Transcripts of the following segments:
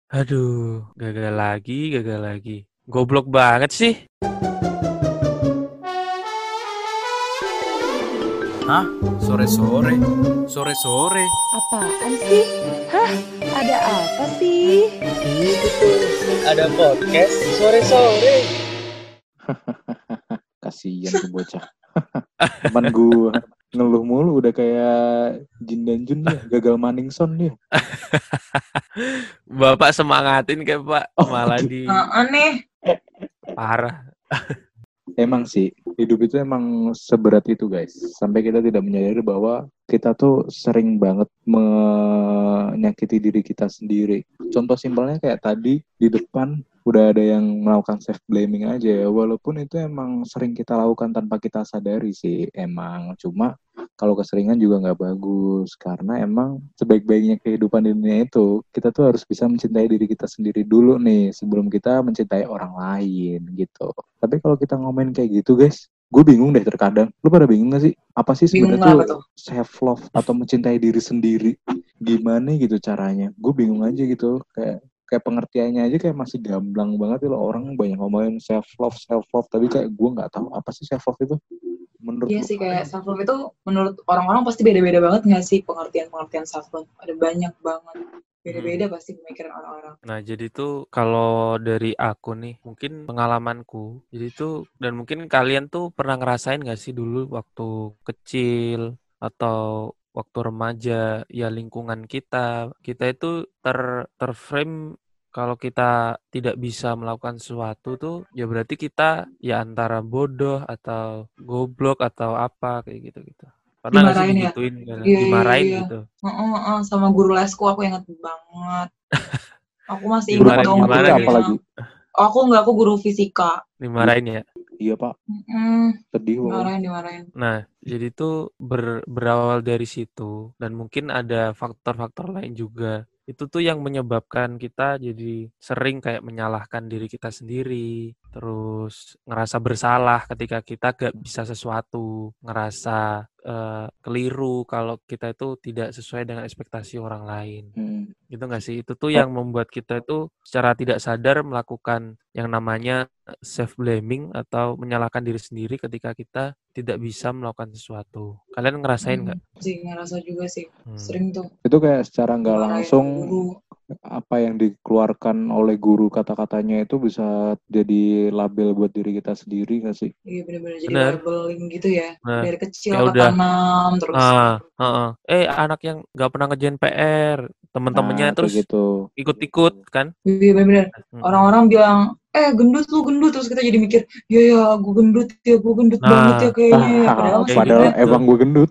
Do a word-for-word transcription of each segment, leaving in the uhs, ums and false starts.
Aduh, gagal lagi, gagal lagi. Goblok banget sih. Hah? Sore-sore? Sore-sore? Apaan sih? Hah? Ada apa sih? Itu tuh ada podcast sore-sore. Kasian tuh bocah. Teman gua ngeluh mulu udah kayak Jin dan Jun dia, gagal Maningson dia. Bapak semangatin kayak Pak, Oh, malah aduh. di Aneh. parah. Emang sih, hidup itu emang seberat itu guys. Sampai kita tidak menyadari bahwa kita tuh sering banget menyakiti diri kita sendiri. Contoh simpelnya kayak tadi di depan udah ada yang melakukan self blaming aja ya. Walaupun itu emang sering kita lakukan tanpa kita sadari sih emang. Cuma kalau keseringan juga nggak bagus. Karena emang sebaik-baiknya kehidupan di dunia itu kita tuh harus bisa mencintai diri kita sendiri dulu nih sebelum kita mencintai orang lain gitu. Tapi kalau kita ngomongin kayak gitu guys, gue bingung deh terkadang. Lu pada bingung gak sih? Apa sih Bingung sebenarnya apa tuh tuh? self love atau mencintai diri sendiri? Gimana gitu caranya? Gue bingung aja gitu. Kayak kayak pengertiannya aja kayak masih gamblang banget loh. Orang banyak ngomongin self love, self love, tapi kayak gue nggak tahu apa sih self love itu. Menurut Iya lu? sih, kayak self love itu menurut orang-orang pasti beda-beda banget nggak sih pengertian-pengertian self love? Ada banyak banget. Beda-beda pasti pemikiran orang-orang. Nah, jadi tuh kalau dari aku nih, mungkin pengalamanku. Jadi tuh dan mungkin kalian tuh pernah ngerasain gak sih dulu waktu kecil atau waktu remaja, ya lingkungan kita, kita itu ter terframe kalau kita tidak bisa melakukan sesuatu tuh ya berarti kita ya antara bodoh atau goblok atau apa kayak gitu-gitu. Pernah gak sih Dimarahin ya? digituin, Iya, iya, dimarahin iya. gitu? Heeh, heeh, sama guru lesku aku inget banget. Aku masih Guru inget Dimarahin dong gimana gurunya. matematika gitu? apalagi? Oh, aku nggak, aku guru fisika. Dimarahin ya? Iya pak, Mm, sedih loh. dimarahin, dimarahin. Nah, jadi itu ber, berawal dari situ dan mungkin ada faktor-faktor lain juga. Itu tuh yang menyebabkan kita jadi sering kayak menyalahkan diri kita sendiri, terus ngerasa bersalah ketika kita gak bisa sesuatu, ngerasa eh, keliru kalau kita itu tidak sesuai dengan ekspektasi orang lain. Hmm. Gitu nggak sih? Itu tuh yang membuat kita itu secara tidak sadar melakukan yang namanya self blaming atau menyalahkan diri sendiri ketika kita tidak bisa melakukan sesuatu. Kalian ngerasain nggak? Hmm, sih ngerasa juga sih. Hmm. Sering tuh Itu kayak secara nggak dimarahin langsung guru. apa yang dikeluarkan oleh guru kata-katanya itu bisa jadi label buat diri kita sendiri nggak sih? Iya, benar-benar jadi Bener. labeling gitu ya. Nah, Dari kecil kayak udah ketanam terus. ah, ah, ah. eh anak yang nggak pernah ngerjain P R, teman-temannya Nah, kayak terus gitu. ikut-ikut kan? Iya, benar-benar. Hmm. Orang-orang bilang, eh gendut lu gendut, terus kita jadi mikir, ya ya gue gendut ya, gue gendut banget ya Nah, kayaknya ya. Padahal Ah, masih padahal gendut. emang gue gendut.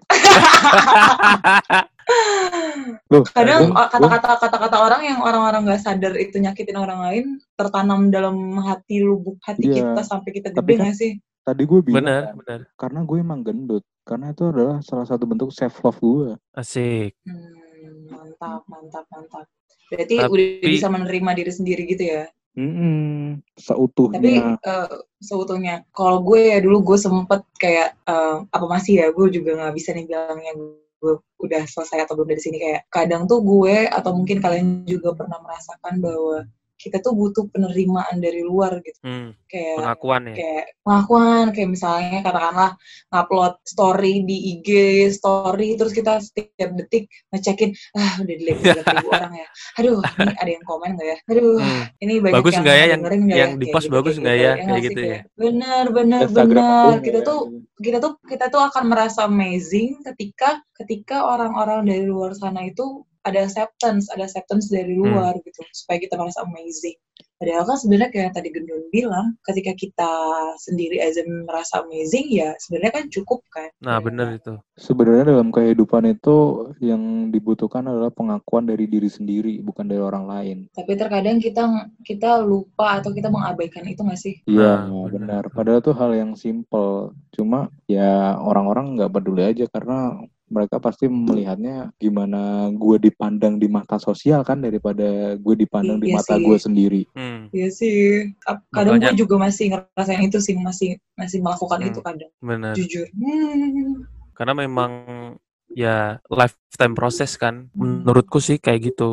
Loh, Kadang gua- kata-kata kata-kata orang yang orang-orang nggak sadar itu nyakitin orang lain tertanam dalam hati lubuk hati Iya, kita sampai kita tapi gede kan- nggak sih? tadi gue bilang bener, kan, bener. karena gue emang gendut. Karena itu adalah salah satu bentuk self love gue. Asik. Hmm, mantap, mantap, mantap. Berarti Tapi- udah bisa menerima diri sendiri gitu ya? Mm-mm, Tapi seutuhnya. uh, seutuhnya, kalau gue ya dulu gue sempet kayak uh, apa masih ya, gue juga nggak bisa nih bilangnya gue udah selesai atau belum dari sini. Kayak kadang tuh gue atau mungkin kalian juga pernah merasakan bahwa kita tuh butuh penerimaan dari luar gitu. Hmm, Kayak pengakuan ya. kayak pengakuan, kayak misalnya katakanlah ngupload story di I G story, terus kita setiap detik ngecekin, ah udah dilihat berapa ribu orang ya, aduh ini ada yang komen nggak ya, aduh Hmm. ini banyak Bagus yang nggak ya yang dengerin nggak yang ya? di Kayak post gitu, bagus kayak nggak gitu. ya nggak kayak sih? gitu ya. Kayak, bener bener Instagram bener aku kita nggak tuh ya? kita tuh kita tuh akan merasa amazing ketika ketika orang-orang dari luar sana itu ada acceptance, ada acceptance dari luar Hmm. gitu, supaya kita merasa amazing. Padahal kan sebenarnya kayak yang tadi Gendun bilang, ketika kita sendiri aja merasa amazing, ya sebenarnya kan cukup kan. Nah, Ya, bener kan? itu. Sebenarnya dalam kehidupan itu yang dibutuhkan adalah pengakuan dari diri sendiri, bukan dari orang lain. Tapi terkadang kita kita lupa atau kita mengabaikan itu nggak sih? Iya, Nah, bener benar. tuh. Padahal tuh hal yang simple. Cuma ya orang-orang nggak peduli aja karena mereka pasti melihatnya gimana gue dipandang di mata sosial kan daripada gue dipandang di Iya mata sih. gue sendiri. Hmm. Iya sih. Kadang Makanya- gue juga masih ngerasain itu sih, masih masih melakukan Hmm, itu kadang. Bener. Jujur. Hmm. Karena memang ya lifetime proses kan. Menurutku sih kayak gitu.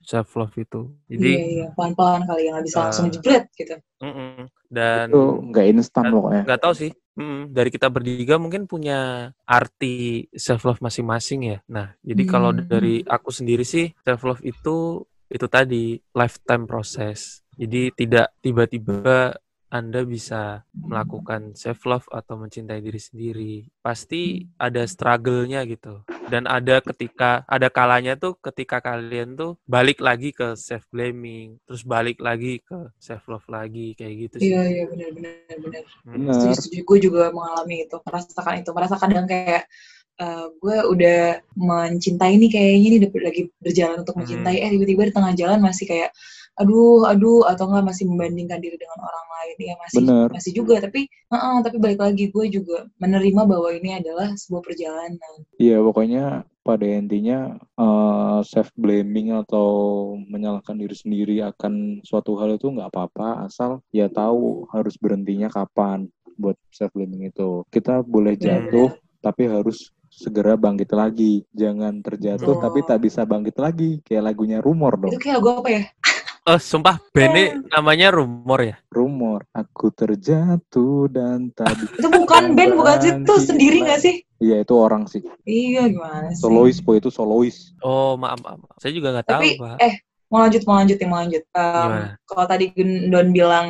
self love itu. Iya, Jadi iya, pelan-pelan kali ya, nggak bisa langsung eh, jebret gitu. mm-mm. Dan Itu nggak instan nggak pokoknya. nggak tahu sih. Mm, dari kita bertiga mungkin punya arti self love masing-masing ya. Nah, jadi kalau Hmm. dari aku sendiri sih self love itu itu tadi lifetime proses. Jadi tidak tiba-tiba Anda bisa melakukan self love atau mencintai diri sendiri. Pasti ada struggle-nya gitu. Dan ada ketika ada kalanya tuh ketika kalian tuh balik lagi ke self blaming, terus balik lagi ke self love lagi kayak gitu sih. Iya, iya, benar, benar, benar. Hmm. Benar. Setuju, setuju. Gue juga mengalami itu, merasakan itu, merasa kadang kayak uh, gue udah mencintai nih kayaknya nih udah lagi berjalan untuk mencintai, Hmm. eh tiba-tiba di tengah jalan masih kayak aduh, aduh, atau enggak masih membandingkan diri dengan orang lain, ya masih Benar. masih juga, tapi uh-uh, tapi balik lagi gue juga menerima bahwa ini adalah sebuah perjalanan. Iya, pokoknya pada intinya uh, self blaming atau menyalahkan diri sendiri akan suatu hal itu nggak apa-apa, asal ya tahu harus berhentinya kapan buat self blaming itu. Kita boleh jatuh, Benar-benar. tapi harus segera bangkit lagi. Jangan terjatuh Hmm. tapi tak bisa bangkit lagi. Kayak lagunya Rumor Itu dong. kayak lagu apa ya? Oh, sumpah bandnya namanya Rumor ya? Rumor, aku terjatuh dan tak bisa Itu bukan band, bukan sih, itu bangkit sendiri nggak lagi. sih? Iya, itu orang sih. Iya, gimana sih? Solois, po itu solois. Oh, maaf, maaf. Saya juga nggak tahu, Tapi Pak. eh mau lanjut mau lanjut ya mau lanjut. Um, Gimana? kalau tadi Gendon bilang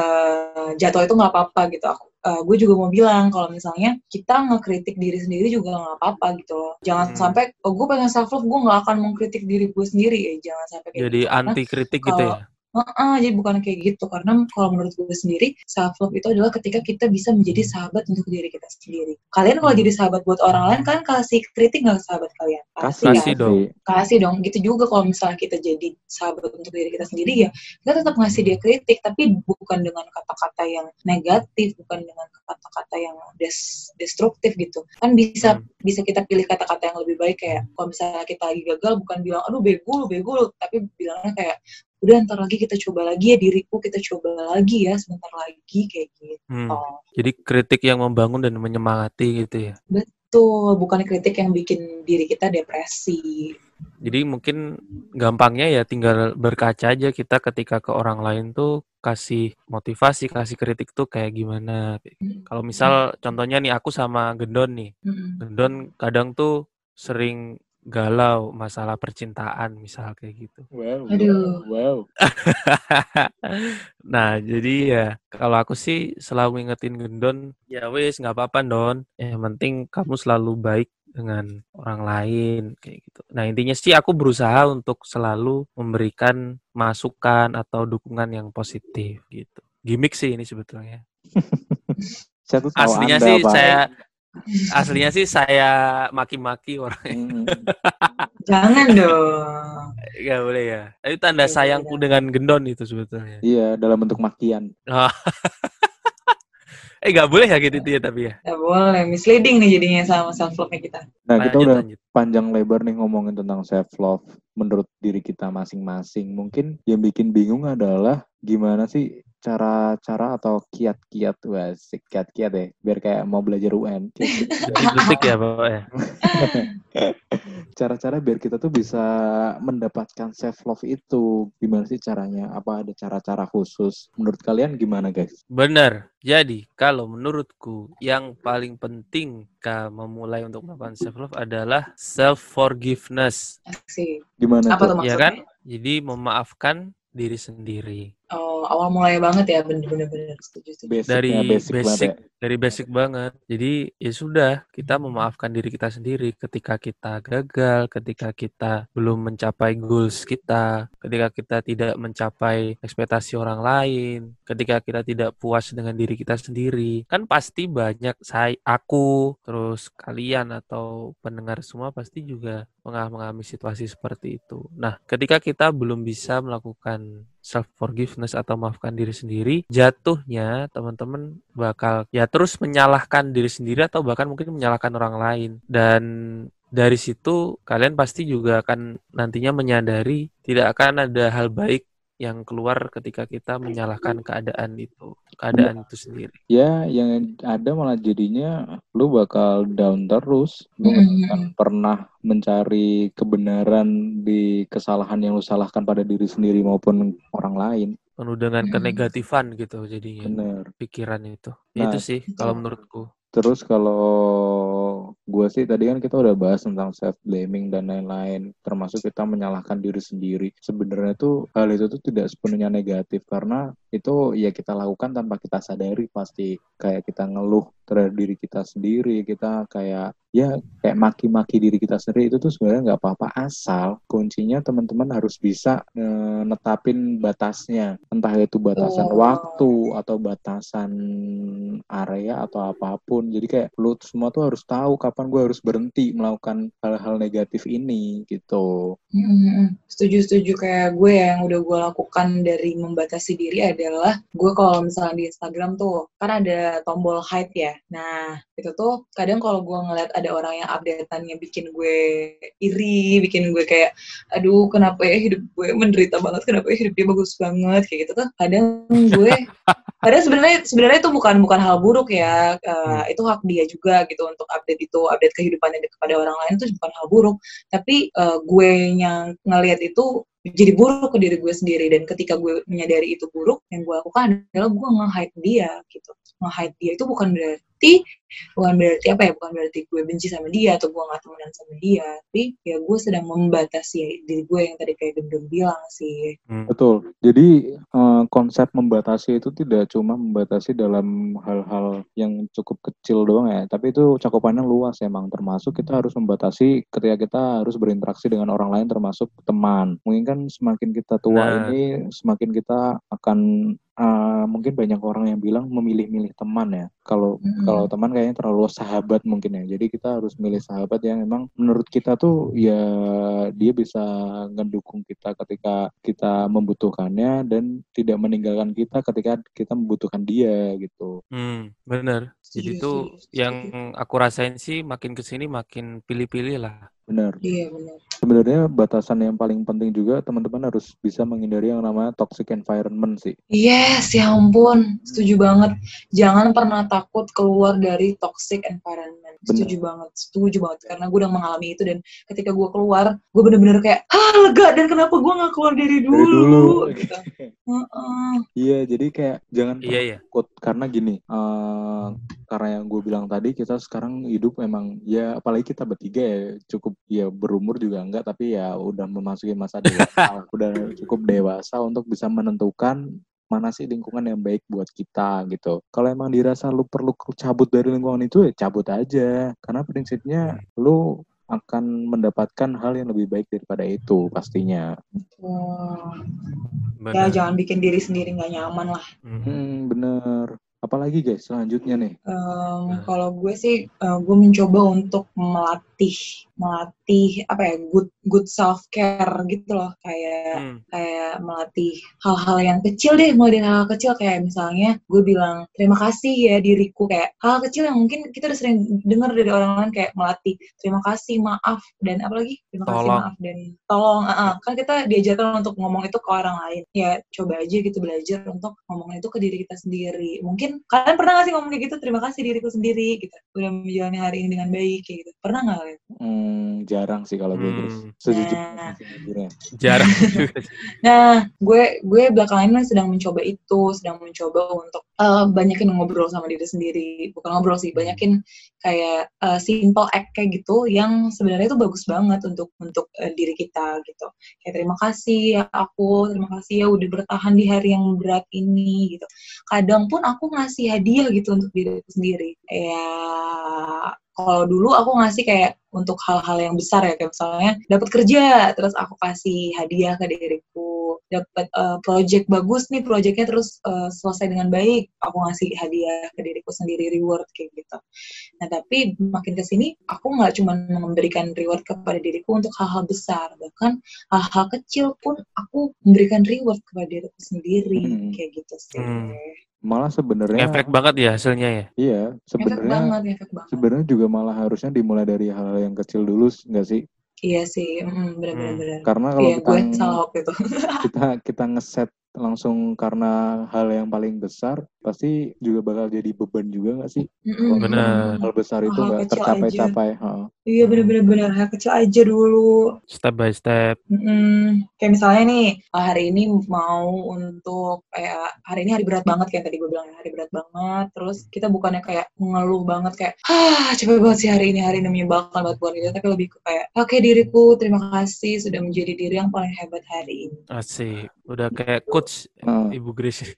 uh, jatuh itu nggak apa-apa gitu, aku uh, gue juga mau bilang kalau misalnya kita ngekritik diri sendiri juga nggak apa-apa gitu loh. Jangan Hmm. sampai oh gue pengen self love, gue nggak akan mengkritik diri gue sendiri ya, jangan sampai kayak Jadi gitu. Karena anti kritik gitu kalau ya? Uh-uh, jadi bukan kayak gitu, karena kalau menurut gue sendiri self love itu adalah ketika kita bisa menjadi sahabat untuk diri kita sendiri. Kalian kalau Hmm. jadi sahabat buat orang lain, kalian kasih kritik nggak ke sahabat kalian? Pasti Kasih, Kasih kan? dong. Kasih dong. Gitu juga kalau misalnya kita jadi sahabat untuk diri kita sendiri ya, kita tetap ngasih dia kritik, tapi bukan dengan kata-kata yang negatif, bukan dengan kata-kata yang des- destruktif gitu. Kan bisa Hmm. bisa kita pilih kata-kata yang lebih baik, kayak kalau misalnya kita lagi gagal bukan bilang aduh bego lu bego lu, tapi bilangnya kayak udah ntar lagi kita coba lagi ya diriku, kita coba lagi ya sebentar lagi kayak gitu. Hmm. Oh, Jadi kritik yang membangun dan menyemangati gitu ya. betul, bukan kritik yang bikin diri kita depresi. Jadi mungkin gampangnya ya tinggal berkaca aja kita ketika ke orang lain tuh kasih motivasi, kasih kritik tuh kayak gimana. Mm. Kalau misal contohnya nih aku sama Gendon nih. Mm-mm. Gendon kadang tuh sering galau masalah percintaan misal kayak gitu. Wow, Aduh. wow. Nah, jadi ya kalau aku sih selalu ngingetin Gendon, ya wes nggak apa-apa Don. Yang penting kamu selalu baik dengan orang lain kayak gitu. Nah, intinya sih aku berusaha untuk selalu memberikan masukan atau dukungan yang positif gitu. Gimik sih ini sebetulnya. Saya tuh tahu Aslinya Anda, sih Pak. saya aslinya sih saya maki-maki orangnya. Hmm. Jangan dong. Gak boleh ya. Itu tanda Iya, sayangku benar. dengan Gendon itu sebetulnya. Iya, dalam bentuk makian. eh gak boleh ya gitu ya tapi ya. Gak boleh, misleading nih jadinya sama self love-nya kita. Nah, kita Lanjut udah lanjut. panjang lebar nih ngomongin tentang self love menurut diri kita masing-masing. Mungkin yang bikin bingung adalah gimana sih cara-cara atau kiat-kiat, wah asik, kiat-kiat ya, biar kayak mau belajar U N. Detik-detik ya pokoknya. Cara-cara biar kita tuh bisa mendapatkan self love itu gimana sih caranya? Apa ada cara-cara khusus? Menurut kalian gimana, guys? Benar. Jadi kalau menurutku yang paling penting ketika memulai untuk melakukan self love adalah self forgiveness. Asik. Gimana Apa tuh tuh? Ya maksudnya? kan? Jadi memaafkan diri sendiri. Oh, awal mulai banget ya, bener-bener setuju, setuju. Basicnya Dari basic, banget basic, ya. dari basic banget. Jadi ya sudah, kita memaafkan diri kita sendiri ketika kita gagal, ketika kita belum mencapai goals kita, ketika kita tidak mencapai ekspektasi orang lain, ketika kita tidak puas dengan diri kita sendiri. Kan pasti banyak saya, aku, terus kalian atau pendengar semua pasti juga mengalami situasi seperti itu. Nah, ketika kita belum bisa melakukan self forgiveness atau maafkan diri sendiri, jatuhnya teman-teman bakal ya terus menyalahkan diri sendiri atau bahkan mungkin menyalahkan orang lain. Dan dari situ kalian pasti juga akan nantinya menyadari tidak akan ada hal baik yang keluar ketika kita menyalahkan keadaan itu, keadaan itu sendiri. Ya, yang ada malah jadinya lu bakal down terus. Lu nggak akan pernah mencari kebenaran di kesalahan yang lu salahkan pada diri sendiri maupun orang lain. Penuh dengan kenegatifan gitu jadinya. Bener. Pikiran itu. Nah, itu sih kalau menurutku. Terus kalau gue sih tadi kan kita udah bahas tentang self blaming dan lain-lain, termasuk kita menyalahkan diri sendiri. Sebenarnya tuh hal itu tuh tidak sepenuhnya negatif karena itu ya kita lakukan tanpa kita sadari pasti. Kayak kita ngeluh terhadap diri kita sendiri, kita kayak ya kayak maki-maki diri kita sendiri, itu tuh sebenarnya nggak apa-apa, asal kuncinya teman-teman harus bisa e, netapin batasnya, entah itu batasan Oh. waktu atau batasan area atau apapun. Jadi kayak lu semua tuh harus tahu kapan gue harus berhenti melakukan hal-hal negatif ini gitu. Mm-mm. Setuju-setuju kayak gue yang udah gue lakukan dari membatasi diri adalah gue kalau misalnya di Instagram tuh kan ada tombol hide ya. Nah itu tuh kadang kalau gue ngeliat ada orang yang update-annya bikin gue iri, bikin gue kayak aduh kenapa ya hidup gue menderita banget, kenapa ya hidup dia bagus banget kayak gitu tuh. Kadang gue Padahal sebenarnya sebenarnya itu bukan bukan hal buruk ya, uh, itu hak dia juga gitu untuk update itu, update kehidupannya kepada orang lain itu bukan hal buruk. Tapi uh, gue yang ngelihat itu jadi buruk ke diri gue sendiri, dan ketika gue menyadari itu buruk, yang gue lakukan adalah gue nge-hide dia gitu. Nge-hide dia itu bukan berarti bukan berarti apa ya, bukan berarti gue benci sama dia atau gue nggak temenan sama dia, tapi ya gue sedang membatasi diri gue yang tadi kayak Gendeng bilang sih. Hmm. Betul. Jadi uh, konsep membatasi itu tidak cuma membatasi dalam hal-hal yang cukup kecil doang ya, tapi itu cakupannya luas emang, termasuk kita harus membatasi ketika kita harus berinteraksi dengan orang lain, termasuk teman. Mungkin kan semakin kita tua nah. ini semakin kita akan Uh, mungkin banyak orang yang bilang memilih-milih teman ya. Kalau mm-hmm. kalau teman kayaknya terlalu sahabat mungkin ya. Jadi kita harus milih sahabat yang memang menurut kita tuh ya dia bisa ngedukung kita ketika kita membutuhkannya dan tidak meninggalkan kita ketika kita membutuhkan dia gitu. Hmm, benar. Jadi tuh yang aku rasain sih makin kesini makin pilih-pilih lah. Benar. Iya benar. Sebenarnya batasan yang paling penting juga teman-teman harus bisa menghindari yang namanya toxic environment sih. Yes, ya ampun, setuju banget. Jangan pernah takut keluar dari toxic environment. Setuju Bener. banget, setuju banget. Karena gue udah mengalami itu dan ketika gue keluar, gue bener-bener kayak, ah lega, dan kenapa gue nggak keluar dari dulu? Dari dulu. Gitu. uh-uh. Iya, jadi kayak jangan iya, iya. takut karena gini. Uh, karena yang gue bilang tadi, kita sekarang hidup memang ya, apalagi kita bertiga ya cukup ya berumur juga enggak, tapi ya udah memasuki masa dewasa, udah cukup dewasa untuk bisa menentukan mana sih lingkungan yang baik buat kita gitu. Kalau emang dirasa lu perlu cabut dari lingkungan itu ya cabut aja, karena prinsipnya lu akan mendapatkan hal yang lebih baik daripada itu pastinya. Oh. Ya jangan bikin diri sendiri nggak nyaman lah. Hmm, bener. Apalagi guys selanjutnya nih? Um, kalau gue sih, uh, gue mencoba untuk melatih, melatih apa ya, good good self care gitu loh, kayak hmm. kayak melatih hal-hal yang kecil deh, mulai dari hal kecil kayak misalnya gue bilang terima kasih ya diriku, kayak hal kecil yang mungkin kita udah sering dengar dari orang lain, kayak melatih terima kasih, maaf, dan apalagi terima tolong. kasih, maaf, dan tolong. Uh-uh. Kan kita diajarkan untuk ngomong itu ke orang lain, ya coba aja gitu belajar untuk ngomong itu ke diri kita sendiri. Mungkin kalian pernah gak sih ngomong kayak gitu, terima kasih diriku sendiri gitu, udah menjalani hari ini dengan baik kayak gitu, pernah gak kalian? Hmm, jarang sih kalau gue terus hmm. sejujurnya nah, jarang nah gue gue belakangan ini sedang mencoba itu sedang mencoba untuk uh, banyakin ngobrol sama diri sendiri, bukan ngobrol sih, banyakin kayak uh, simple act kayak gitu yang sebenarnya itu bagus banget untuk untuk uh, diri kita gitu, kayak terima kasih ya aku, terima kasih ya udah bertahan di hari yang berat ini gitu. Kadang pun aku ngasih hadiah gitu untuk diriku sendiri. Ya kalau dulu aku ngasih kayak untuk hal-hal yang besar ya, kayak misalnya dapat kerja, terus aku kasih hadiah ke diriku. Dapat uh, project bagus nih, projectnya terus uh, selesai dengan baik, aku ngasih hadiah ke diriku sendiri, reward kayak gitu. Nah tapi makin kesini aku nggak cuma memberikan reward kepada diriku untuk hal-hal besar, bahkan hal-hal kecil pun aku memberikan reward kepada diriku sendiri, hmm. kayak gitu sih. Hmm. Malah sebenarnya efek banget ya hasilnya ya. Iya, sebenarnya sebenarnya juga malah harusnya dimulai dari hal-hal yang kecil dulu, nggak sih? Iya sih, mm, benar-benar Hmm. benar. Karena kalau Iya, kita gue ng- salah waktu itu. kita kita ngeset langsung karena hal yang paling besar, pasti juga bakal jadi beban juga nggak sih? Kalau Mm-mm, misalkan Benar. hal besar itu hal nggak kecil aja. tercapai-capai. Heeh. Iya benar-benar benar hal kecil aja dulu. Step by step. Mm-mm. Kayak misalnya nih, ah, hari ini mau untuk kayak hari ini hari berat banget kayak tadi gue bilang hari berat banget. Terus kita bukannya kayak ngeluh banget kayak, ah capek banget sih hari ini hari ini menyebalkan banget bukan gitu, tapi lebih ke kayak, oke diriku terima kasih sudah menjadi diri yang paling hebat hari ini. Asik. Udah kayak coach Heeh. Ibu Grace.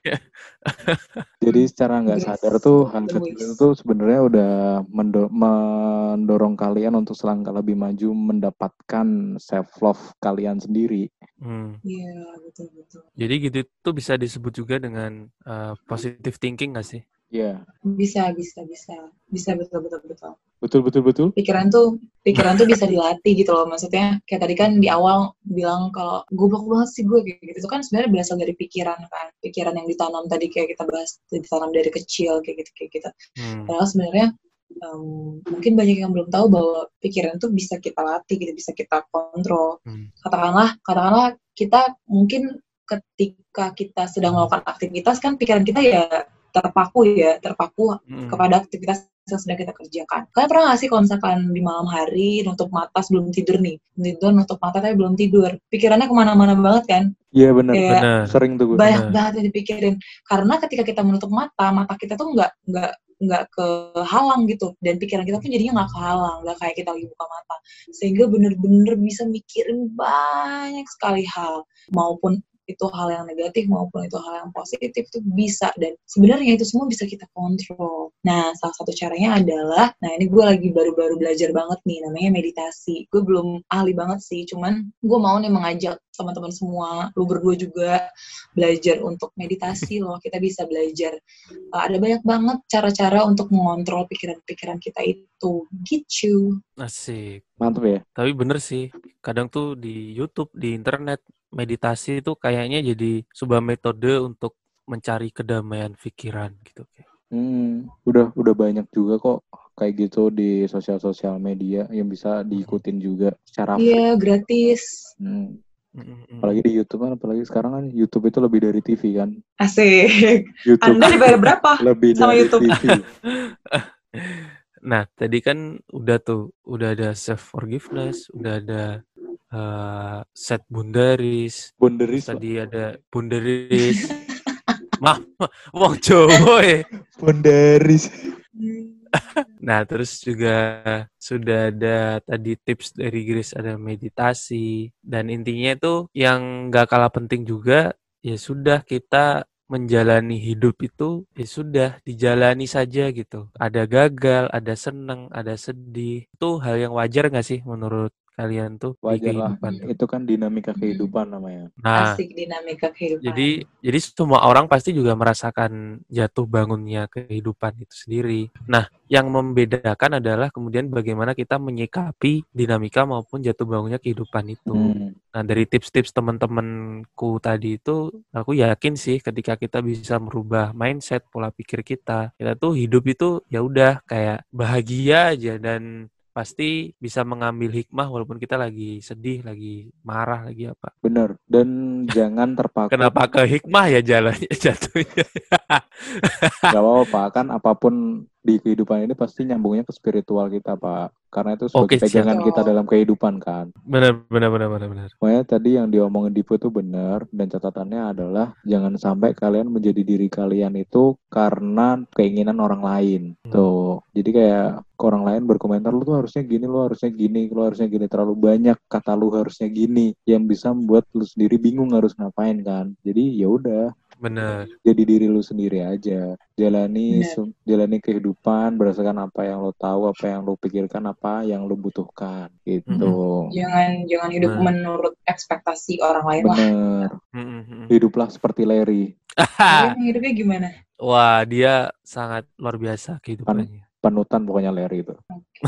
Jadi secara nggak Grace sadar tuh hal Golden kecil itu Voice. tuh sebenarnya udah mendo- mendorong kalian untuk selangkah lebih maju mendapatkan self love kalian sendiri. Hmm. Iya betul betul. Jadi gitu tuh bisa disebut juga dengan uh, positive thinking nggak sih? Iya, Bisa bisa bisa bisa betul betul betul. betul betul betul. Pikiran tuh pikiran tuh bisa dilatih gitu loh, maksudnya kayak tadi kan di awal bilang kalau goblok banget sih gue kayak gitu, itu kan sebenarnya berasal dari pikiran kan, pikiran yang ditanam tadi kayak kita bahas ditanam dari kecil kayak gitu kayak gitu. Hmm. Padahal sebenarnya um, mungkin banyak yang belum tahu bahwa pikiran tuh bisa kita latih gitu, bisa kita kontrol. Hmm. Katakanlah katakanlah kita mungkin ketika kita sedang melakukan aktivitas kan pikiran kita ya terpaku ya terpaku Hmm. kepada aktivitas yang sedang kita kerjakan. Kalian pernah nggak sih kalau misalkan di malam hari nutup mata sebelum tidur nih, tidur nutup mata tapi belum tidur, pikirannya kemana-mana banget kan? Iya benar. Kayak Benar. Sering tuh gue. banyak Benar. banget yang dipikirin. Karena ketika kita menutup mata, mata kita tuh nggak nggak nggak kehalang gitu, dan pikiran kita tuh jadinya nggak kehalang, nggak kayak kita lagi buka mata, sehingga bener-bener bisa mikirin banyak sekali hal, maupun itu hal yang negatif maupun itu hal yang positif itu bisa, dan sebenarnya itu semua bisa kita kontrol. Nah, salah satu caranya adalah, nah ini gue lagi baru-baru belajar banget nih, namanya meditasi. Gue belum ahli banget sih, cuman gue mau nih mengajak teman-teman semua, lu berdua juga belajar untuk meditasi loh. Kita bisa belajar, uh, ada banyak banget cara-cara untuk mengontrol pikiran-pikiran kita itu, gitu. Asik. Mantap ya. Tapi bener sih, kadang tuh di YouTube, di internet, meditasi itu kayaknya jadi sebuah metode untuk mencari kedamaian pikiran gitu. Hmm, udah udah banyak juga kok kayak gitu di sosial-sosial media yang bisa diikutin juga secara free. Iya, gratis. Hmm. Mm-mm. Apalagi di YouTube kan, apalagi sekarang kan YouTube itu lebih dari T V kan. Asik. YouTube Anda dibayar berapa lebih sama dari YouTube? T V. Nah, tadi kan udah tuh, udah ada self forgiveness, udah ada uh, set boundaries, Boundaries, terus Pak. tadi ada boundaries. Mah, wong Jawa ya. Boundaries. Nah, terus juga sudah ada tadi tips dari Grace, ada meditasi, dan intinya itu yang gak kalah penting juga, ya sudah kita menjalani hidup itu, ya sudah dijalani saja gitu. Ada gagal, ada seneng, ada sedih. Itu hal yang wajar gak sih menurut kalian tuh di Wajar lah, kehidupan tuh? itu kan dinamika kehidupan namanya. Nah, Asik dinamika kehidupan. jadi jadi semua orang pasti juga merasakan jatuh bangunnya kehidupan itu sendiri. Nah, yang membedakan adalah kemudian bagaimana kita menyikapi dinamika maupun jatuh bangunnya kehidupan itu. Hmm. Nah, dari tips-tips teman-temanku tadi itu, aku yakin sih ketika kita bisa merubah mindset, pola pikir kita, kita tuh hidup itu ya udah kayak bahagia aja, dan pasti bisa mengambil hikmah walaupun kita lagi sedih, lagi marah, lagi apa. Bener, dan jangan terpaku. Kenapa ke hikmah ya jalannya jatuhnya? Gak apa-apa Pak, kan apapun di kehidupan ini pasti nyambungnya ke spiritual kita Pak. Karena itu sebagai Oke, siap. pegangan kita dalam kehidupan kan. Benar, benar, benar, benar, benar. Pokoknya tadi yang diomongin Dipo itu benar, dan catatannya adalah jangan sampai kalian menjadi diri kalian itu karena keinginan orang lain. Hmm. Tuh, jadi kayak orang lain berkomentar, lu tuh harusnya gini, lu harusnya gini, lu harusnya gini, terlalu banyak kata lu harusnya gini yang bisa membuat lu sendiri bingung harus ngapain kan. Jadi ya udah, Benar. jadi diri lu sendiri aja, jalani Benar. su- jalani kehidupan berdasarkan apa yang lo tahu, apa yang lo pikirkan, apa yang lo butuhkan gitu. Jangan jangan hidup Nah. menurut ekspektasi orang lain lah. Bener, Mm-mm. hiduplah seperti Larry, Dia hidupnya gimana? Wah, dia sangat luar biasa kehidupannya. panutan pokoknya Larry itu.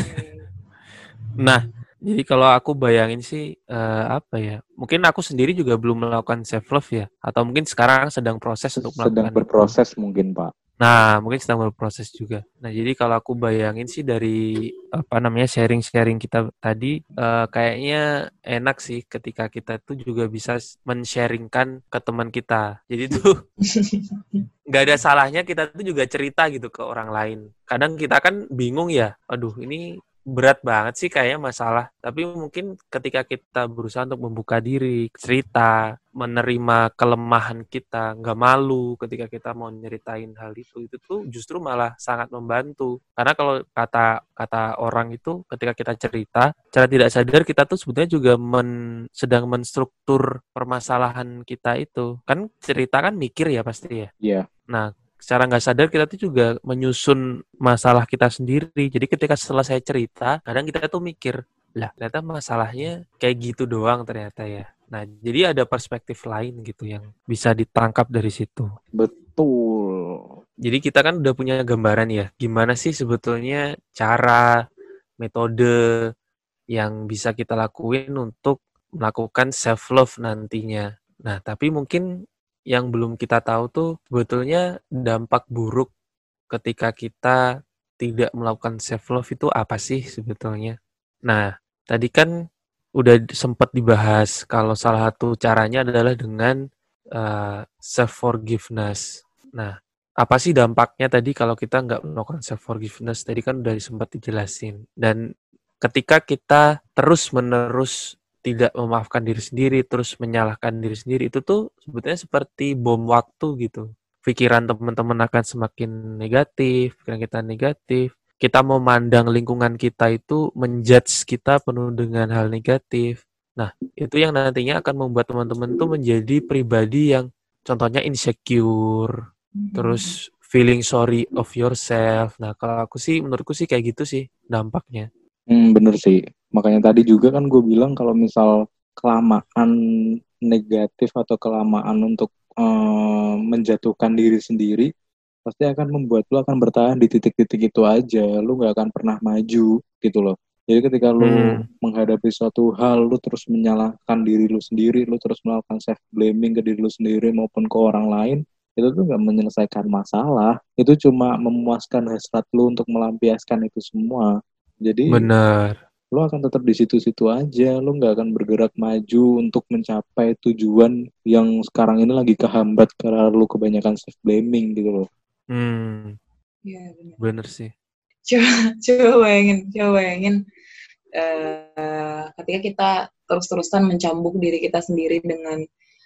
Nah, jadi kalau aku bayangin sih eh, apa ya? Mungkin aku sendiri juga belum melakukan self love ya, atau mungkin sekarang sedang proses untuk Sedang melakukan itu. berproses mungkin Pak. Nah, mungkin sedang berproses juga. Nah, jadi kalau aku bayangin sih dari apa namanya sharing-sharing kita tadi, eh, kayaknya enak sih ketika kita tuh juga bisa s- men-sharingkan ke teman kita. Jadi tuh nggak ada salahnya kita tuh juga cerita gitu ke orang lain. Kadang kita kan bingung ya, aduh ini berat banget sih kayaknya masalah. Tapi mungkin ketika kita berusaha untuk membuka diri, cerita, menerima kelemahan kita, nggak malu ketika kita mau nyeritain hal itu, itu tuh justru malah sangat membantu. Karena kalau kata kata orang itu ketika kita cerita, secara tidak sadar kita tuh sebetulnya juga men- sedang menstruktur permasalahan kita itu. Kan cerita kan mikir ya pasti ya. Iya. Nah, secara nggak sadar kita tuh juga menyusun masalah kita sendiri. Jadi ketika selesai cerita, kadang kita tuh mikir, lah ternyata masalahnya kayak gitu doang ternyata ya. Nah, jadi ada perspektif lain gitu yang bisa ditangkap dari situ. Betul. Jadi kita kan udah punya gambaran ya, gimana sih sebetulnya cara, metode yang bisa kita lakuin untuk melakukan self love nantinya. Nah, tapi mungkin yang belum kita tahu tuh sebetulnya dampak buruk ketika kita tidak melakukan self love itu apa sih sebetulnya. Nah, tadi kan udah sempat dibahas kalau salah satu caranya adalah dengan uh, self forgiveness. Nah, apa sih dampaknya tadi kalau kita nggak melakukan self forgiveness? Tadi kan udah sempat dijelasin. Dan ketika kita terus-menerus tidak memaafkan diri sendiri, terus menyalahkan diri sendiri, itu tuh sebetulnya seperti bom waktu gitu. Pikiran teman-teman akan semakin negatif, pikiran kita negatif. Kita memandang lingkungan kita itu menjudge kita penuh dengan hal negatif. Nah, itu yang nantinya akan membuat teman-teman tuh menjadi pribadi yang contohnya insecure, terus feeling sorry of yourself. Nah, kalau aku sih, menurutku sih kayak gitu sih dampaknya. Hmm, bener sih. Makanya tadi juga kan gue bilang kalau misal kelamaan negatif atau kelamaan untuk eh, menjatuhkan diri sendiri, pasti akan membuat lu akan bertahan di titik-titik itu aja. Lu nggak akan pernah maju gitu loh. Jadi ketika lu Hmm, menghadapi suatu hal, lu terus menyalahkan diri lu sendiri, lu terus melakukan self blaming ke diri lu sendiri maupun ke orang lain, itu tuh nggak menyelesaikan masalah. Itu cuma memuaskan hasrat lu untuk melampiaskan itu semua. Jadi bener. lu akan tetap di situ-situ aja, lu nggak akan bergerak maju untuk mencapai tujuan yang sekarang ini lagi kehambat karena lu kebanyakan self blaming gitu loh. Hmm, Iya, benar. bener sih. Coba, coba bayangin, coba bayangin eh, ketika kita terus-terusan mencambuk diri kita sendiri dengan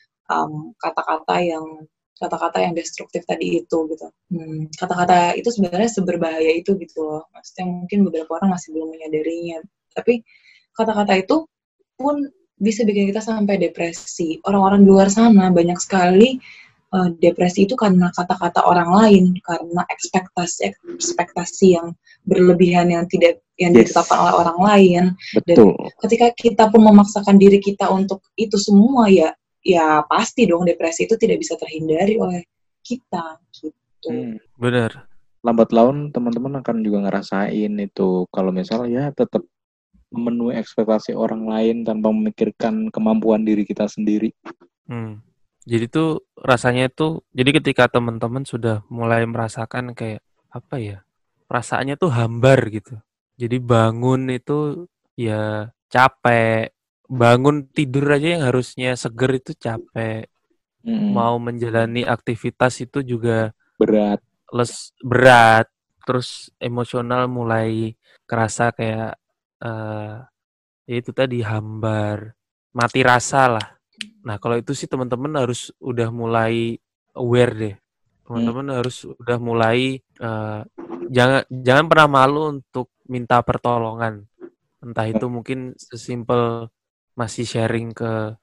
um, kata-kata yang kata-kata yang destruktif tadi itu gitu. Hmm, kata-kata itu sebenarnya seberbahaya itu gitu loh. Maksudnya mungkin beberapa orang masih belum menyadarinya. Tapi kata-kata itu pun bisa bikin kita sampai depresi. Orang-orang di luar sana banyak sekali uh, depresi itu karena kata-kata orang lain, karena ekspektasi ekspektasi yang berlebihan yang tidak yang Yes. ditetapkan oleh orang lain. Betul. Dan ketika kita pun memaksakan diri kita untuk itu semua ya ya pasti dong depresi itu tidak bisa terhindari oleh kita gitu. Hmm. Bener. Lambat laun teman-teman akan juga ngerasain itu kalau misal ya tetap memenuhi ekspektasi orang lain tanpa memikirkan kemampuan diri kita sendiri. Hmm. Jadi tuh rasanya tuh, jadi ketika teman-teman sudah mulai merasakan kayak apa ya, perasaannya tuh hambar gitu. Jadi bangun itu ya capek, bangun tidur aja yang harusnya seger itu capek. Mm-mm. Mau menjalani aktivitas itu juga Berat. les berat, terus emosional mulai kerasa kayak eh ya itu tadi hambar, mati rasa lah. Nah, kalau itu sih teman-teman harus udah mulai aware deh. Hmm. Teman-teman harus udah mulai eh, jangan jangan pernah malu untuk minta pertolongan. Entah itu mungkin sesimpel masih sharing ke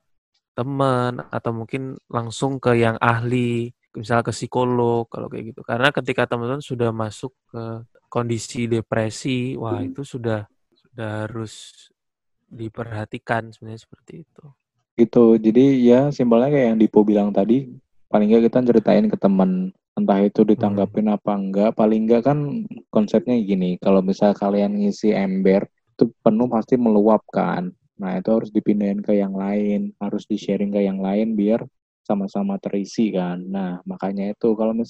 teman atau mungkin langsung ke yang ahli, misalnya ke psikolog kalau kayak gitu. Karena ketika teman-teman sudah masuk ke kondisi depresi, wah itu sudah sudah harus diperhatikan sebenarnya seperti itu. Gitu. Jadi ya simpelnya kayak yang Dipo bilang tadi, paling nggak kita ceritain ke teman, entah itu ditanggapin Hmm. apa enggak, paling enggak kan konsepnya gini, kalau misal kalian ngisi ember, itu penuh pasti meluap kan. Nah itu harus dipindahin ke yang lain, harus di-sharing ke yang lain biar sama-sama terisi kan. Nah makanya itu kalau misal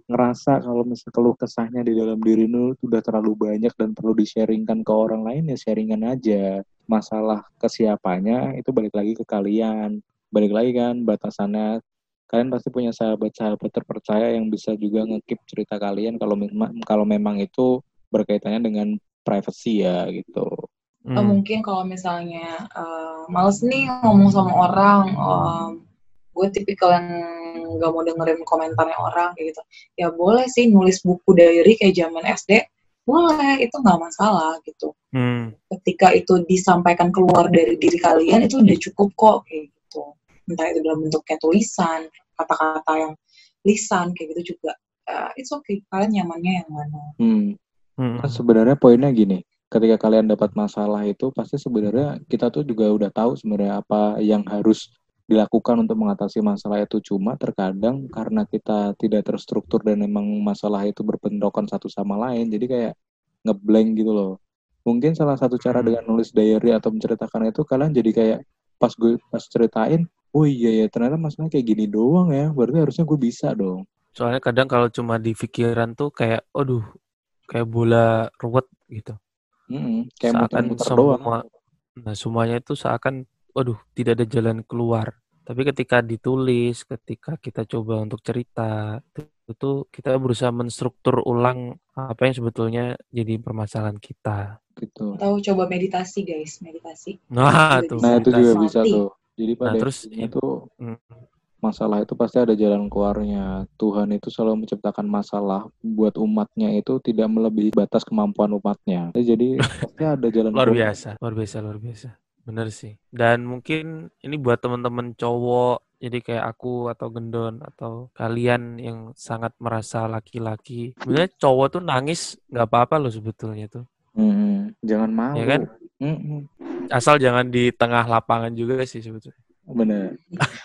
ngerasa kalau misal keluh kesahnya di dalam diri lu tuh udah terlalu banyak dan perlu di-sharingkan ke orang lain, ya sharingan aja. Masalah kesiapannya itu balik lagi ke kalian. Balik lagi kan batasannya. Kalian pasti punya sahabat-sahabat terpercaya yang bisa juga nge-keep cerita kalian kalau memang kalau memang itu berkaitannya dengan privacy ya gitu. Atau mungkin kalau misalnya uh, males nih ngomong sama orang, um, gue tipikal yang gak mau dengerin komentarnya orang kayak gitu. Ya boleh sih nulis buku diary kayak zaman S D, boleh, itu gak masalah gitu. Hmm. Ketika itu disampaikan keluar dari diri kalian, itu udah cukup kok kayak gitu. Entah itu dalam bentuk kayak tulisan, kata-kata yang lisan kayak gitu juga. Uh, it's okay, kalian nyamannya yang mana. Hmm. Hmm. Nah, sebenarnya poinnya gini. Ketika kalian dapat masalah itu pasti sebenarnya kita tuh juga udah tahu sebenarnya apa yang harus dilakukan untuk mengatasi masalah itu. Cuma terkadang karena kita tidak terstruktur dan memang masalah itu berbentrokan satu sama lain, jadi kayak ngeblank gitu loh. Mungkin salah satu cara dengan nulis diary atau menceritakan itu kalian jadi kayak pas gue pas ceritain, oh iya ya ternyata masalahnya kayak gini doang ya, berarti harusnya gue bisa dong. Soalnya kadang kalau cuma di pikiran tuh kayak, aduh, kayak bola ruwet gitu. Mm-mm, kayak Seakan muter-muter semua, doang. nah semuanya itu seakan, waduh, tidak ada jalan keluar. Tapi ketika ditulis, ketika kita coba untuk cerita, itu, itu kita berusaha menstruktur ulang apa yang sebetulnya jadi permasalahan kita. Gitu. Atau coba meditasi guys, meditasi. Nah, Juga tuh, bisa. Nah itu juga meditasi. bisa Melatih. tuh. Jadi pada Nah, terus intinya in- tuh mm, masalah itu pasti ada jalan keluarnya. Tuhan itu selalu menciptakan masalah buat umatnya itu tidak melebihi batas kemampuan umatnya. Jadi pasti ada jalan luar keluar. biasa, luar biasa, luar biasa. Bener sih. Dan mungkin ini buat teman-teman cowok, jadi kayak aku atau Gendon atau kalian yang sangat merasa laki-laki. Sebenarnya cowok tuh nangis nggak apa-apa loh sebetulnya tuh. Hmm, jangan malu. Ya kan? Mm-mm. Asal jangan di tengah lapangan juga sih sebetulnya. Bener.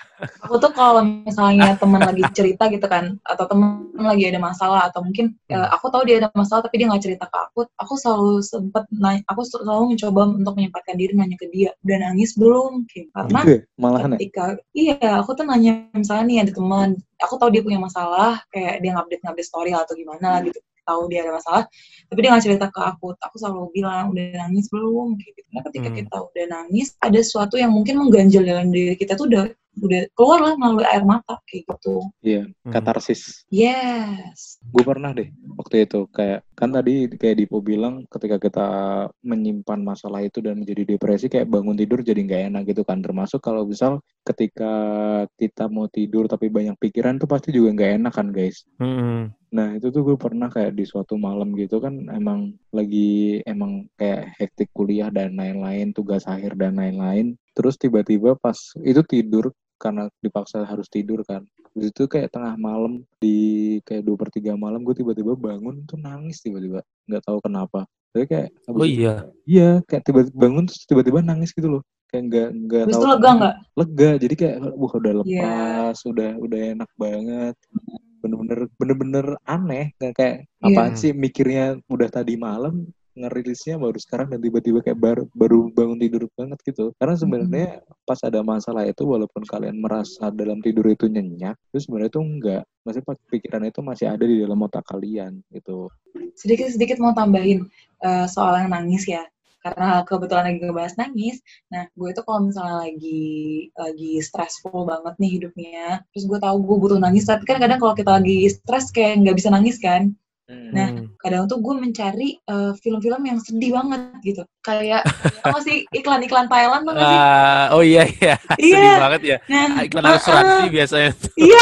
Aku tuh kalau misalnya teman lagi cerita gitu kan, atau teman lagi ada masalah, atau mungkin Hmm. uh, aku tahu dia ada masalah tapi dia nggak cerita ke aku, aku selalu sempet nanya, aku selalu mencoba untuk menyempatkan diri nanya ke dia, udah nangis belum? Kayak, karena Gitu ya? Malahan ya? ketika iya aku tuh nanya misalnya nih ada teman, aku tahu dia punya masalah, kayak dia ngupdate ngupdate story atau gimana lah gitu, tahu dia ada masalah, tapi dia nggak cerita ke aku, aku selalu bilang udah nangis belum? Kayak gitu. Karena ketika Hmm. kita udah nangis, ada sesuatu yang mungkin mengganjal dalam diri kita tuh udah udah keluar lah melalui air mata kayak gitu. Iya, Hmm. katarsis. Yes. Gue pernah deh waktu itu kayak kan tadi kayak Dipo bilang ketika kita menyimpan masalah itu dan menjadi depresi kayak bangun tidur jadi nggak enak gitu kan, termasuk kalau misal ketika kita mau tidur tapi banyak pikiran tuh pasti juga nggak enak kan guys. Hmm. Nah itu tuh gue pernah kayak di suatu malam gitu kan emang lagi emang kayak hektik kuliah dan lain-lain, tugas akhir dan lain-lain, terus tiba-tiba pas itu tidur karena dipaksa harus tidur kan. Terus itu kayak tengah malam di kayak dua per tiga malam gue tiba-tiba bangun tuh nangis tiba-tiba. Nggak tahu kenapa. Tapi kayak Oh habis itu, iya. iya kayak tiba-tiba bangun terus tiba-tiba nangis gitu loh. Kayak nggak nggak Habis tahu. itu lega kenapa. nggak? Lega. Jadi kayak wah udah Iya. lepas, udah udah enak banget. Bener-bener bener-bener aneh. Kayak kayak Iya. apaan sih mikirnya udah tadi malam ngerilisnya baru sekarang dan tiba-tiba kayak baru baru bangun tidur banget gitu. Karena sebenarnya pas ada masalah itu walaupun kalian merasa dalam tidur itu nyenyak, itu sebenarnya itu enggak. Masih pikiran itu masih ada di dalam otak kalian gitu. Sedikit-sedikit mau tambahin uh, soal yang nangis ya. Karena kebetulan lagi ngebahas nangis. Nah, gue tuh kalau misalnya lagi lagi stressful banget nih hidupnya, terus gue tahu gue butuh nangis, tapi kan kadang kalau kita lagi stres kayak nggak bisa nangis kan. Nah, kadang tuh gue mencari uh, film-film yang sedih banget gitu. Kayak, apa sih, iklan-iklan Thailand tuh nggak sih? Uh, oh iya, iya. Sedih Iya. banget ya. Nah, Iklan asuransi uh, biasanya. Iya.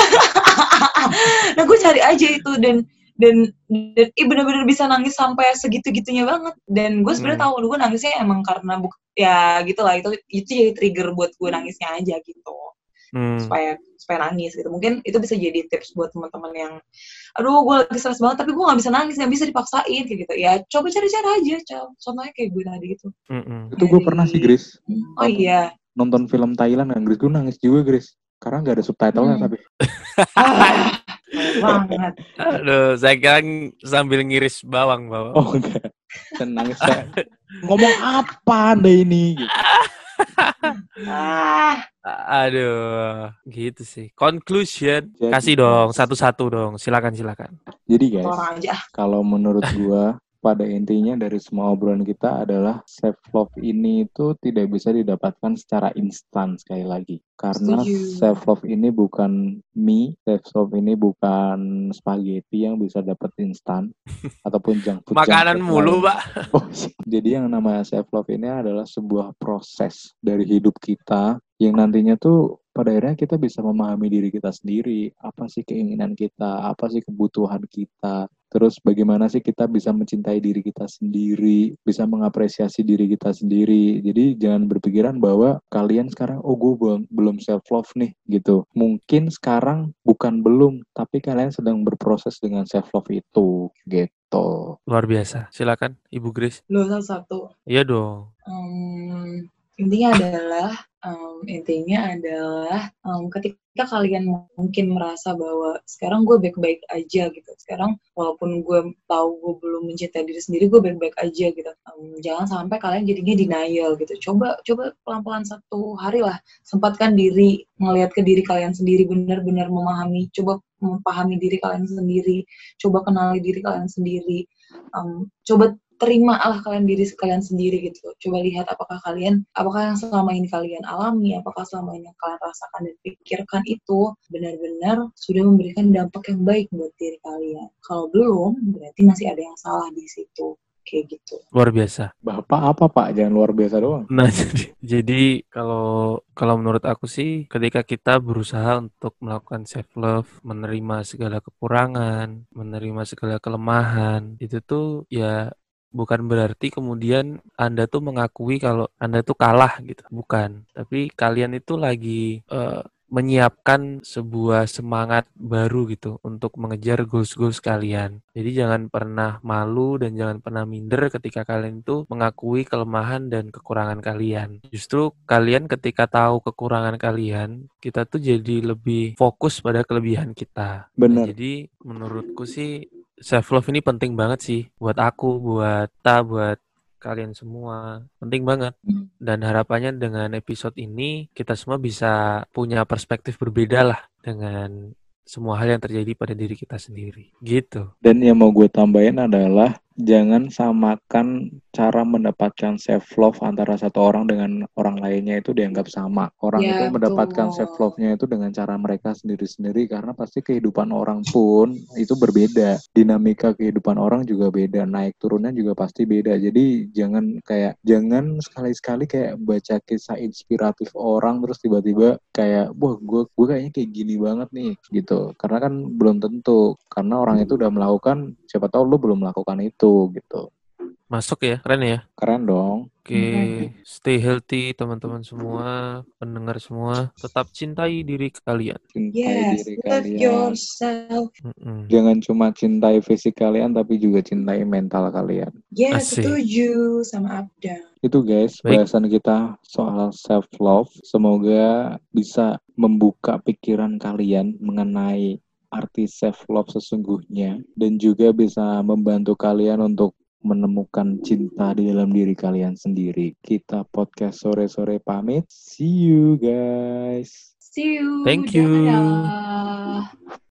Nah, gue cari aja itu, dan dan dan ih benar-benar bisa nangis sampai segitu-gitunya banget. Dan gue sebenarnya Hmm. tahu gue nangisnya emang karena buk ya gitulah, itu itu jadi trigger buat gue nangisnya aja gitu. Hmm. supaya supaya nangis gitu. Mungkin itu bisa jadi tips buat teman-teman yang aduh gue lagi stres banget tapi gue nggak bisa nangis, nggak bisa dipaksain kayak gitu ya, coba cari cara aja. Contohnya kayak gue tadi gitu. Mm-mm. Itu gue pernah sih Grace. Oh nonton, iya nonton film Thailand kan Grace, gue nangis juga Grace karena nggak ada subtitlenya. Hmm. Tapi ah, banget. Aduh, saya kira sambil ngiris bawang bawang. Oh enggak, dan nangis saya ngomong apa anda ini gitu. Ah, Aduh, gitu sih. Conclusion, Jadi, kasih dong guys. satu-satu dong. Silakan silakan. Jadi satu guys, orang aja. kalau menurut gua pada intinya dari semua obrolan kita adalah self love ini itu tidak bisa didapatkan secara instan sekali lagi. Karena Setuju. self love ini bukan mie, self love ini bukan spaghetti yang bisa dapat instan ataupun junk food junk Makanan food mulu, lainnya. Pak. Oh, jadi yang namanya self love ini adalah sebuah proses dari hidup kita yang nantinya tuh pada akhirnya kita bisa memahami diri kita sendiri, apa sih keinginan kita, apa sih kebutuhan kita, terus bagaimana sih kita bisa mencintai diri kita sendiri, bisa mengapresiasi diri kita sendiri. Jadi jangan berpikiran bahwa kalian sekarang, oh gue belum, belum self love nih gitu. Mungkin sekarang bukan belum, tapi kalian sedang berproses dengan self love itu gitu. Luar biasa. Silakan Ibu Grace. Lo satu-satu. Iya dong. Um, intinya adalah um, intinya adalah um, ketika kalian mungkin merasa bahwa sekarang gue baik-baik aja gitu, sekarang walaupun gue tahu gue belum mencintai diri sendiri, gue baik-baik aja gitu, um, jangan sampai kalian jadinya denial gitu. Coba coba pelan-pelan satu hari lah, sempatkan diri ngelihat ke diri kalian sendiri, benar-benar memahami, coba memahami diri kalian sendiri, coba kenali diri kalian sendiri, um, coba terima lah kalian diri kalian sendiri gitu. Coba lihat apakah kalian, apakah yang selama ini kalian alami, apakah selama ini yang kalian rasakan dan pikirkan itu benar-benar sudah memberikan dampak yang baik buat diri kalian. Kalau belum, berarti masih ada yang salah di situ. Kayak gitu. Luar biasa. Bapak apa Pak? Jangan luar biasa doang. Nah, jadi, jadi kalau kalau menurut aku sih, ketika kita berusaha untuk melakukan self love, menerima segala kekurangan, menerima segala kelemahan, itu tuh ya bukan berarti kemudian Anda tuh mengakui kalau Anda tuh kalah gitu. Bukan. Tapi kalian itu lagi uh, menyiapkan sebuah semangat baru gitu untuk mengejar goals-goals kalian. Jadi jangan pernah malu dan jangan pernah minder ketika kalian itu mengakui kelemahan dan kekurangan kalian. Justru kalian ketika tahu kekurangan kalian, kita tuh jadi lebih fokus pada kelebihan kita. Nah, Bener. jadi menurutku sih self love ini penting banget sih buat aku, buat ta, buat kalian semua. Penting banget. Dan harapannya dengan episode ini kita semua bisa punya perspektif berbeda lah dengan semua hal yang terjadi pada diri kita sendiri. Gitu. Dan yang mau gue tambahin adalah jangan samakan cara mendapatkan self love antara satu orang dengan orang lainnya itu dianggap sama. Orang Ya, itu betul. mendapatkan self love-nya itu dengan cara mereka sendiri-sendiri karena pasti kehidupan orang pun itu berbeda. Dinamika kehidupan orang juga beda, naik turunnya juga pasti beda. Jadi jangan kayak jangan sekali-sekali kayak baca kisah inspiratif orang terus tiba-tiba kayak wah gue gue kayaknya kayak gini banget nih gitu. Karena kan belum tentu karena orang itu udah melakukan, siapa tahu lu belum melakukan itu gitu. Masuk ya, keren ya. Keren dong. Oke, okay. Stay healthy teman-teman semua, pendengar semua, tetap cintai diri kalian. Cintai yes, diri love kalian. yourself. Mm-mm. Jangan cuma cintai fisik kalian tapi juga cintai mental kalian. Yes, Asik. setuju sama Abda. Itu guys, Baik. bahasan kita soal self love. Semoga bisa membuka pikiran kalian mengenai arti self love sesungguhnya dan juga bisa membantu kalian untuk menemukan cinta di dalam diri kalian sendiri. Kita podcast sore-sore pamit. See you guys. See you. Thank you. Dadah.